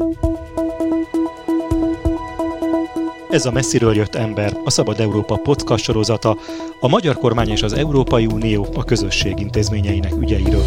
Ez a Messziről jött ember, a Szabad Európa podcast sorozata, a magyar kormány és az Európai Unió a közösség intézményeinek ügyeiről.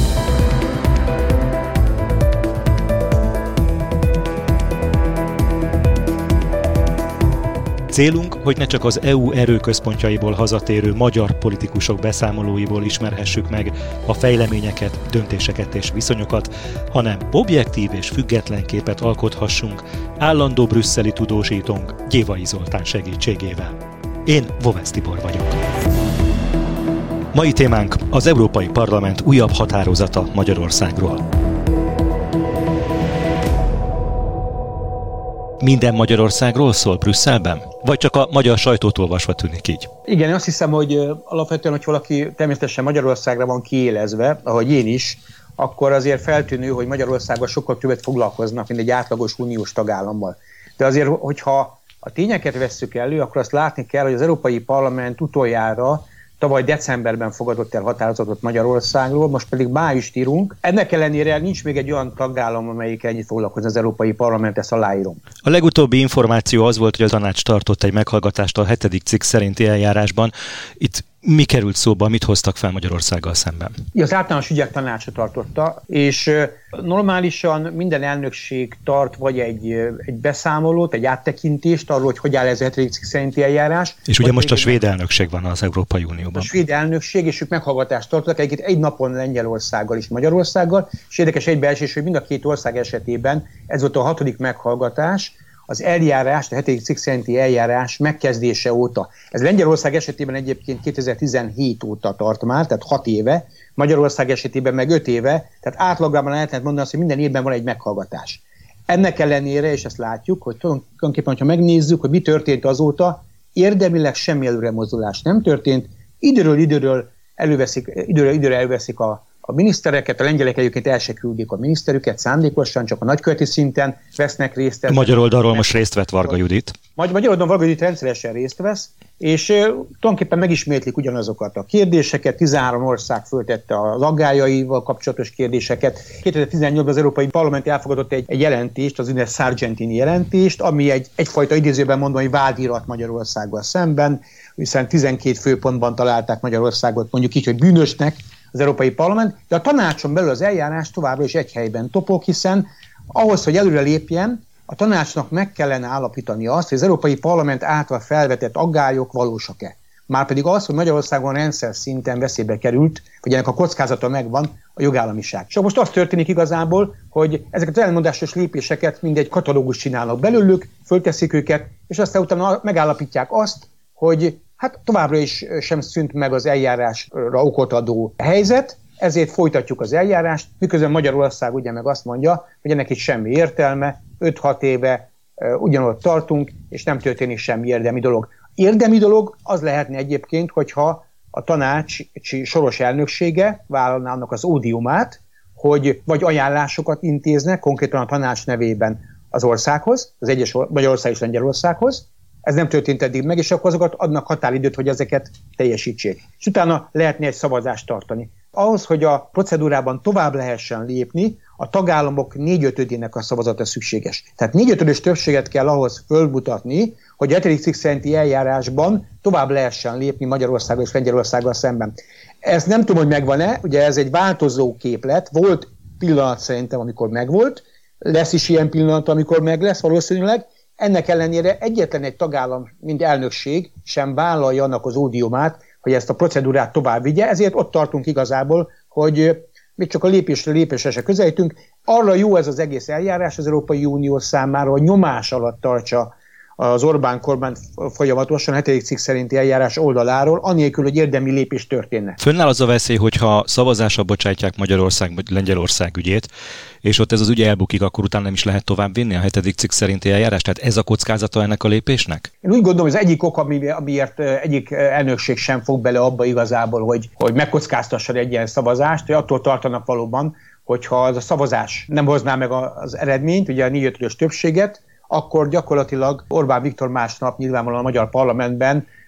Célunk, hogy ne csak az EU erőközpontjaiból hazatérő magyar politikusok beszámolóiból ismerhessük meg a fejleményeket, döntéseket és viszonyokat, hanem objektív és független képet alkothassunk állandó brüsszeli tudósítónk Gyévai Zoltán segítségével. Én Vovesz Tibor vagyok. Mai témánk az Európai Parlament újabb határozata Magyarországról. Minden Magyarországról szól Brüsszelben? Vagy csak a magyar sajtót olvasva tűnik így? Igen, én azt hiszem, hogy alapvetően, hogy valaki természetesen Magyarországra van kiélezve, ahogy én is, akkor azért feltűnő, hogy Magyarországban sokkal többet foglalkoznak, mint egy átlagos uniós tagállammal. De azért, hogyha a tényeket vesszük elő, akkor azt látni kell, hogy az Európai Parlament utoljára tavaly decemberben fogadott el határozatot Magyarországról, most pedig májust írunk. Ennek ellenére nincs még egy olyan tagállam, amelyik ennyit foglalkozni az Európai Parlament, ezt aláírom. A legutóbbi információ az volt, hogy a tanács tartott egy meghallgatást a 7. cikk szerinti eljárásban. Itt mi került szóba, mit hoztak fel Magyarországgal szemben? Az általános ügyek tanácsa tartotta, és normálisan minden elnökség tart vagy egy beszámolót, egy áttekintést arról, hogy áll ez a 7. cikk szerinti eljárás. És ugye most a svéd elnökség van az Európai Unióban. A svéd elnökség, és ők meghallgatást tartottak egy napon Lengyelországgal és Magyarországgal, és érdekes egybeesés, hogy mind a két ország esetében ez volt a 6. meghallgatás, az eljárás, a 7. cikk szerinti eljárás megkezdése óta. Ez Lengyelország esetében egyébként 2017 óta tart már, tehát 6 éve, Magyarország esetében meg 5 éve, tehát átlagában lehetne mondani azt, hogy minden évben van egy meghallgatás. Ennek ellenére, és ezt látjuk, hogy tulajdonképpen, ha megnézzük, hogy mi történt azóta, érdemileg semmi előremozdulás nem történt, időről elveszik a minisztereket, a lengyelek egyébként el se küldik a miniszterüket szándékosan, csak a nagyköveti szinten vesznek részt. Magyar oldalról most részt vett Varga Judit. Magyar oldalon Varga Judit rendszeresen részt vesz, és tulajdonképpen megismétlik ugyanazokat a kérdéseket. 13 ország föltette az aggályaival kapcsolatos kérdéseket. 2018-ban az Európai Parlament elfogadott egy jelentést, az úgynevezett Sargentini jelentést, ami egyfajta idézőben mondva, hogy vádirat Magyarországgal szemben, hiszen 12 főpontban találták Magyarországot mondjuk így, hogy bűnösnek az Európai Parlament, de a tanácson belül az eljárás továbbra is egy helyben topog, hiszen ahhoz, hogy előre lépjen, a tanácsnak meg kellene állapítani azt, hogy az Európai Parlament által felvetett aggályok valósak-e. Márpedig az, hogy Magyarországon rendszer szinten veszélybe került, hogy ennek a kockázata megvan, a jogállamiság. És most az történik igazából, hogy ezeket az ellenmondásos lépéseket mindegy katalógus csinálnak belőlük, fölteszik őket, és aztán utána megállapítják azt, hogy hát továbbra is sem szűnt meg az eljárásra okot adó helyzet, ezért folytatjuk az eljárást, miközben Magyarország ugye meg azt mondja, hogy ennek itt semmi értelme, 5-6 éve ugyanott tartunk, és nem történik semmi érdemi dolog. Érdemi dolog az lehetne egyébként, hogyha a tanácsi soros elnöksége vállalná annak az ódiumát, hogy vagy ajánlásokat intéznek, konkrétan a tanács nevében az országhoz, az egyes Magyarország és Lengyelországhoz. Ez nem történt eddig meg, és akkor azokat adnak határidőt, hogy ezeket teljesítsék. És utána lehetne egy szavazást tartani. Ahhoz, hogy a procedúrában tovább lehessen lépni, a tagállamok 4/5-ének a szavazata szükséges. Tehát 4/5-ös többséget kell ahhoz fölmutatni, hogy a 7. cikk szerinti eljárásban tovább lehessen lépni Magyarországgal és Lengyelországgal szemben. Ez nem tudom, hogy megvan-e, ugye ez egy változó képlet, volt pillanat szerintem, amikor megvolt, lesz is ilyen pillanat, amikor meg lesz valószínűleg. Ennek ellenére egyetlen egy tagállam, mint elnökség sem vállalja annak az ódiumát, hogy ezt a procedúrát tovább vigye, ezért ott tartunk igazából, hogy még csak a lépésre se közelítünk. Arra jó ez az egész eljárás az Európai Unió számára, hogy nyomás alatt tartsa az Orbán kormány folyamatosan 7. cikk szerinti eljárás oldaláról, anélkül, hogy érdemi lépés történne. Fönnáll az a veszély, hogyha szavazásra bocsátják Magyarország vagy Lengyelország ügyét, és ott ez az ügy elbukik, akkor utána nem is lehet tovább vinni a 7. cikk szerinti eljárás? Tehát ez a kockázata ennek a lépésnek? Én úgy gondolom, hogy az egyik ok, amiért egyik elnökség sem fog bele abba igazából, hogy megkockáztasson egy ilyen szavazást, hogy attól tartanak valóban, hogyha az a szavazás nem hozná meg az eredményt, ugye a 4/5-ös többséget, akkor gyakorlatilag Orbán Viktor másnap nyilvánvalóan a magyar parlamentben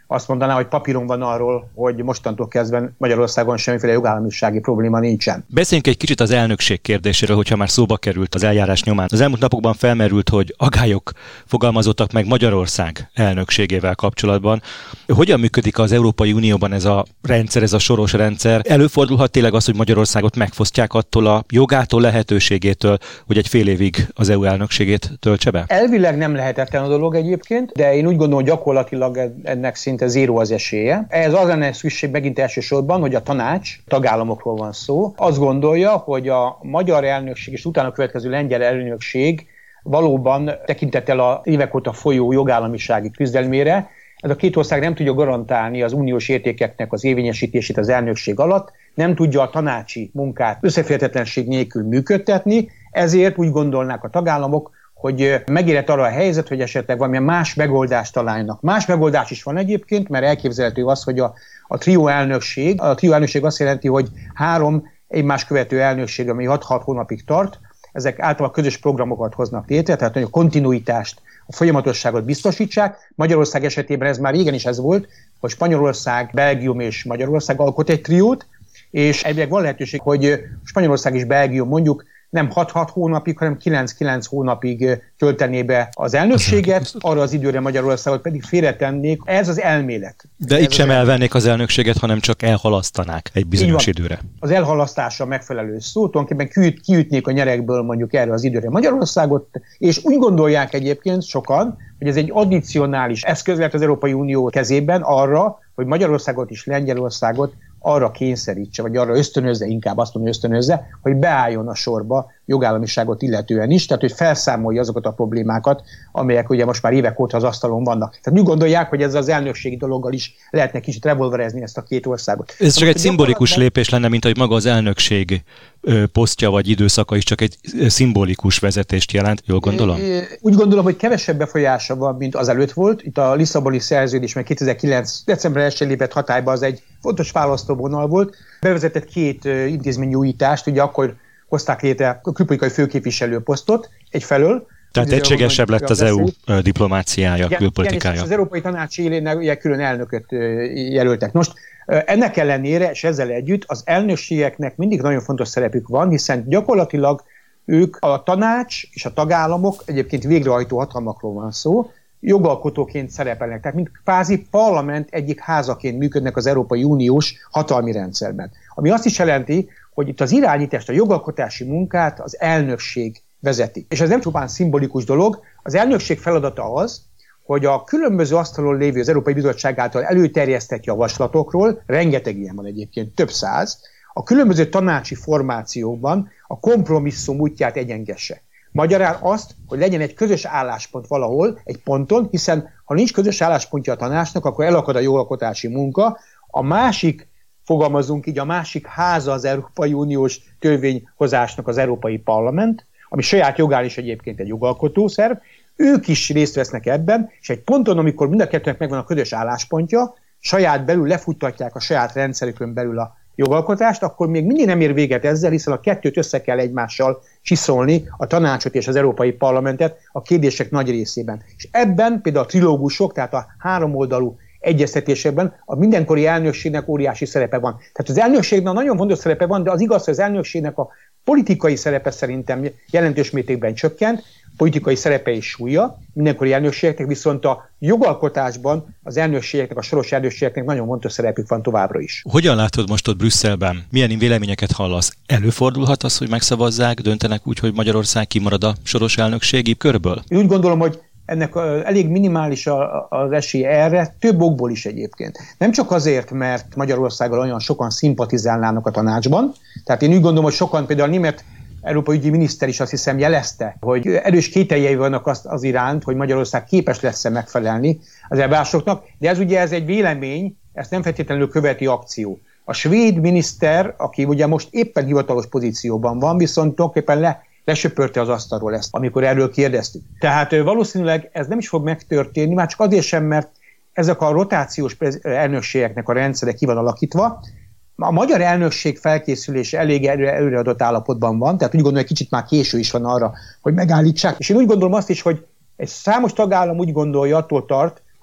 azt mondaná, hogy papíron van arról, hogy mostantól kezdve Magyarországon semmiféle jogállamisági probléma nincsen. Beszéljünk egy kicsit az elnökség kérdéséről, hogyha már szóba került az eljárás nyomán. Az elmúlt napokban felmerült, hogy agályok fogalmazottak meg Magyarország elnökségével kapcsolatban. Hogyan működik az Európai Unióban ez a rendszer, ez a soros rendszer? Előfordulhat tényleg az, hogy Magyarországot megfosztják attól a jogától, lehetőségétől, hogy egy fél évig az EU elnökségét töltse be? Elvileg nem lehetetlen a dolog egyébként, de én úgy gondolom, hogy gyakorlatilag ennek szinte zéró az esélye. Ez az lenne szükség megint elsősorban, hogy a tanács, tagállamokról van szó, azt gondolja, hogy a magyar elnökség és utána következő lengyel elnökség valóban tekintettel a évek óta folyó jogállamisági küzdelmére, ez a két ország nem tudja garantálni az uniós értékeknek az érvényesítését az elnökség alatt, nem tudja a tanácsi munkát összeférhetetlenség nélkül működtetni, ezért úgy gondolnák a tagállamok, hogy megérett arra a helyzet, hogy esetleg valamilyen más megoldást találnak. Más megoldás is van egyébként, mert elképzelhető az, hogy a trió elnökség azt jelenti, hogy 3 egymás követő elnökség, ami 6 hónapig tart, ezek általában közös programokat hoznak létre, tehát hogy a kontinuitást, a folyamatosságot biztosítsák. Magyarország esetében ez már régen is ez volt, hogy Spanyolország, Belgium és Magyarország alkot egy triót, és elvileg van lehetőség, hogy Spanyolország és Belgium mondjuk nem 6 hónapig, hanem 9 hónapig töltené be az elnökséget, arra az időre Magyarországot pedig félretennék. Ez az elmélet. De itt sem elvennék az elnökséget, hanem csak elhalasztanák egy bizonyos időre. Az elhalasztása megfelelő szó, tulajdonképpen kiütnék a nyerekből mondjuk erre az időre Magyarországot, és úgy gondolják egyébként sokan, hogy ez egy addicionális eszköz lehet az Európai Unió kezében arra, hogy Magyarországot és Lengyelországot arra kényszerítse, vagy arra ösztönözze, inkább azt mondja, ösztönözze, hogy beálljon a sorba jogállamiságot illetően is, tehát hogy felszámolja azokat a problémákat, amelyek ugye most már évek óta az asztalon vannak. Tehát úgy gondolják, hogy ez az elnökségi dologgal is lehetne kicsit revolverezni ezt a két országot. Ez csak egy szimbolikus lépés lenne, mint hogy maga az elnökség posztja vagy időszaka is csak egy szimbolikus vezetést jelent, jól gondolom? Úgy gondolom, hogy kevesebb befolyása van, mint azelőtt volt. Itt a Lisszaboni szerződés, meg 2009. december 1-én lépett hatályba, az egy fontos választóvonal volt. Bevezetett 2 intézményújítást, ugye akkor hozták létre a külpolitikai főképviselő posztot egyfelől. Tehát egységesebb lett az EU diplomáciája, külpolitikája. Igen, az Európai Tanács élén külön elnököt jelöltek. Most ennek ellenére, és ezzel együtt az elnökségeknek mindig nagyon fontos szerepük van, hiszen gyakorlatilag ők, a tanács és a tagállamok, egyébként végrehajtó hatalmakról van szó, jogalkotóként szerepelnek, tehát mint kvázi parlament egyik házaként működnek az Európai Uniós hatalmi rendszerben. Ami azt is jelenti, hogy itt az irányítást, a jogalkotási munkát az elnökség vezeti. És ez nem csupán szimbolikus dolog, az elnökség feladata az, hogy a különböző asztalon lévő az Európai Bizottság által előterjesztett javaslatokról, rengeteg ilyen van egyébként, több száz, a különböző tanácsi formációkban a kompromisszum útját egyengesse. Magyarán azt, hogy legyen egy közös álláspont valahol, egy ponton, hiszen ha nincs közös álláspontja a tanácsnak, akkor elakad a jogalkotási munka, a másik, fogalmazunk így, a másik háza az Európai Uniós törvényhozásnak az Európai Parlament, ami saját jogán is egyébként egy jogalkotó szerv, ők is részt vesznek ebben, és egy ponton, amikor mind a kettőnek megvan a közös álláspontja, saját belül lefuttatják a saját rendszerükön belül a jogalkotást, akkor még mindig nem ér véget ezzel, hiszen a kettőt össze kell egymással csiszolni, a tanácsot és az Európai Parlamentet a kérdések nagy részében. És ebben például a trilógusok, tehát a 3 oldalú egyeztetésekben a mindenkori elnökségnek óriási szerepe van. Tehát az elnökségnek nagyon fontos szerepe van, de az igaz, hogy az elnökségnek a politikai szerepe szerintem jelentős mértékben csökkent, politikai szerepe és súlya, mindenkori elnökségeknek, viszont a jogalkotásban az elnökségeknek, a soros elnökségeknek nagyon fontos szerepük van továbbra is. Hogyan látod most ott Brüsszelben? Milyen véleményeket hallasz? Előfordulhat az, hogy megszavazzák, döntenek úgy, hogy Magyarország kimarad a soros elnökségi körből? Én úgy gondolom, hogy ennek elég minimális az esély erre, több okból is egyébként. Nem csak azért, mert Magyarországgal olyan sokan szimpatizálnának a tanácsban, tehát én úgy gondolom, hogy sokan, például a német európai ügyi miniszter is azt hiszem jelezte, hogy erős kételjei vannak az iránt, hogy Magyarország képes lesz-e megfelelni az elvárásoknak, de ez egy vélemény, ezt nem feltétlenül követi akció. A svéd miniszter, aki ugye most éppen hivatalos pozícióban van, viszont tulajdonképpen lesöpörte az asztalról ezt, amikor erről kérdeztük. Tehát valószínűleg ez nem is fog megtörténni, már csak azért sem, mert ezek a rotációs elnökségeknek a rendszere ki van alakítva. A magyar elnökség felkészülése elég előreadott állapotban van, tehát úgy gondolom, hogy kicsit már késő is van arra, hogy megállítsák. És én úgy gondolom azt is, hogy egy számos tagállam úgy gondolja, attól tart,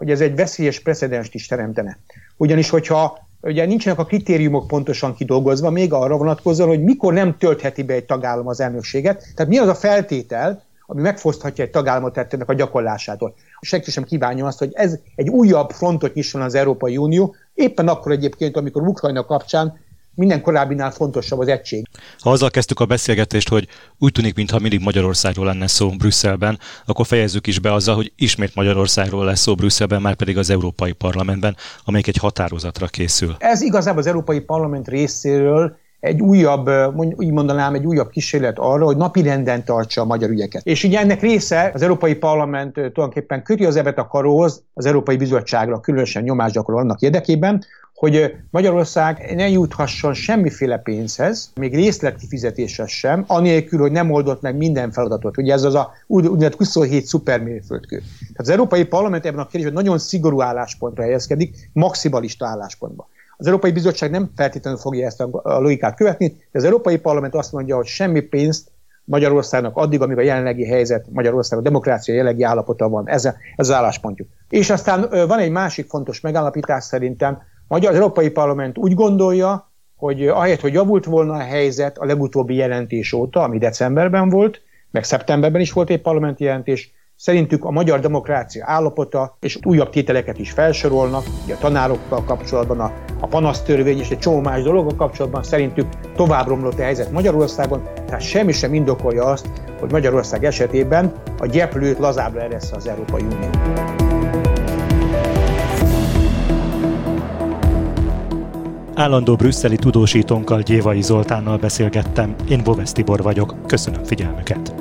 hogy ez egy veszélyes precedenst is teremtene. Ugyanis, hogyha ugye nincsenek a kritériumok pontosan kidolgozva, még arra vonatkozóan, hogy mikor nem töltheti be egy tagállam az elnökséget, tehát mi az a feltétel, ami megfoszthatja egy tagállamot ennek a gyakorlásától. Senki sem kívánja azt, hogy ez egy újabb frontot nyisson az Európai Unió, éppen akkor egyébként, amikor Ukrajna kapcsán minden korábbinál fontosabb az egység. Ha azzal kezdtük a beszélgetést, hogy úgy tűnik, mintha mindig Magyarországról lenne szó Brüsszelben, akkor fejezzük is be azzal, hogy ismét Magyarországról lesz szó Brüsszelben, már pedig az Európai Parlamentben, amelyik egy határozatra készül. Ez igazából az Európai Parlament részéről egy újabb, úgy mondanám, egy újabb kísérlet arra, hogy napirenden tartsa a magyar ügyeket. És ugye ennek része az Európai Parlament tulajdonképpen köti az ebet a karóhoz, az Európai Bizottságra különösen nyomást gyakorol annak érdekében, hogy Magyarország ne juthasson semmiféle pénzhez, még részletkifizetéshez sem, anélkül, hogy nem oldott meg minden feladatot. Ugye ez az a úgynevezett 27 szupermérföldkő. Tehát az Európai Parlament ebben a kérdésben nagyon szigorú álláspontra helyezkedik, maximalista álláspontba. Az Európai Bizottság nem feltétlenül fogja ezt a logikát követni, de az Európai Parlament azt mondja, hogy semmi pénzt Magyarországnak addig, amíg a jelenlegi helyzet, Magyarország a demokrácia jelenlegi állapota van. Ez az álláspontjuk. És aztán van egy másik fontos megállapítás szerintem, az Európai Parlament úgy gondolja, hogy ahelyett, hogy javult volna a helyzet a legutóbbi jelentés óta, ami decemberben volt, meg szeptemberben is volt egy parlamenti jelentés, szerintük a magyar demokrácia állapota, és újabb tételeket is felsorolnak, ugye a tanárokkal kapcsolatban, a panasztörvény és egy csomó más dologgal kapcsolatban szerintük tovább romlott a helyzet Magyarországon, tehát semmi sem indokolja azt, hogy Magyarország esetében a gyeplőt lazábbra eresssze az Európai Unió. Állandó brüsszeli tudósítónkkal, Gyévai Zoltánnal beszélgettem, én Bovesz Tibor vagyok, köszönöm figyelmüket!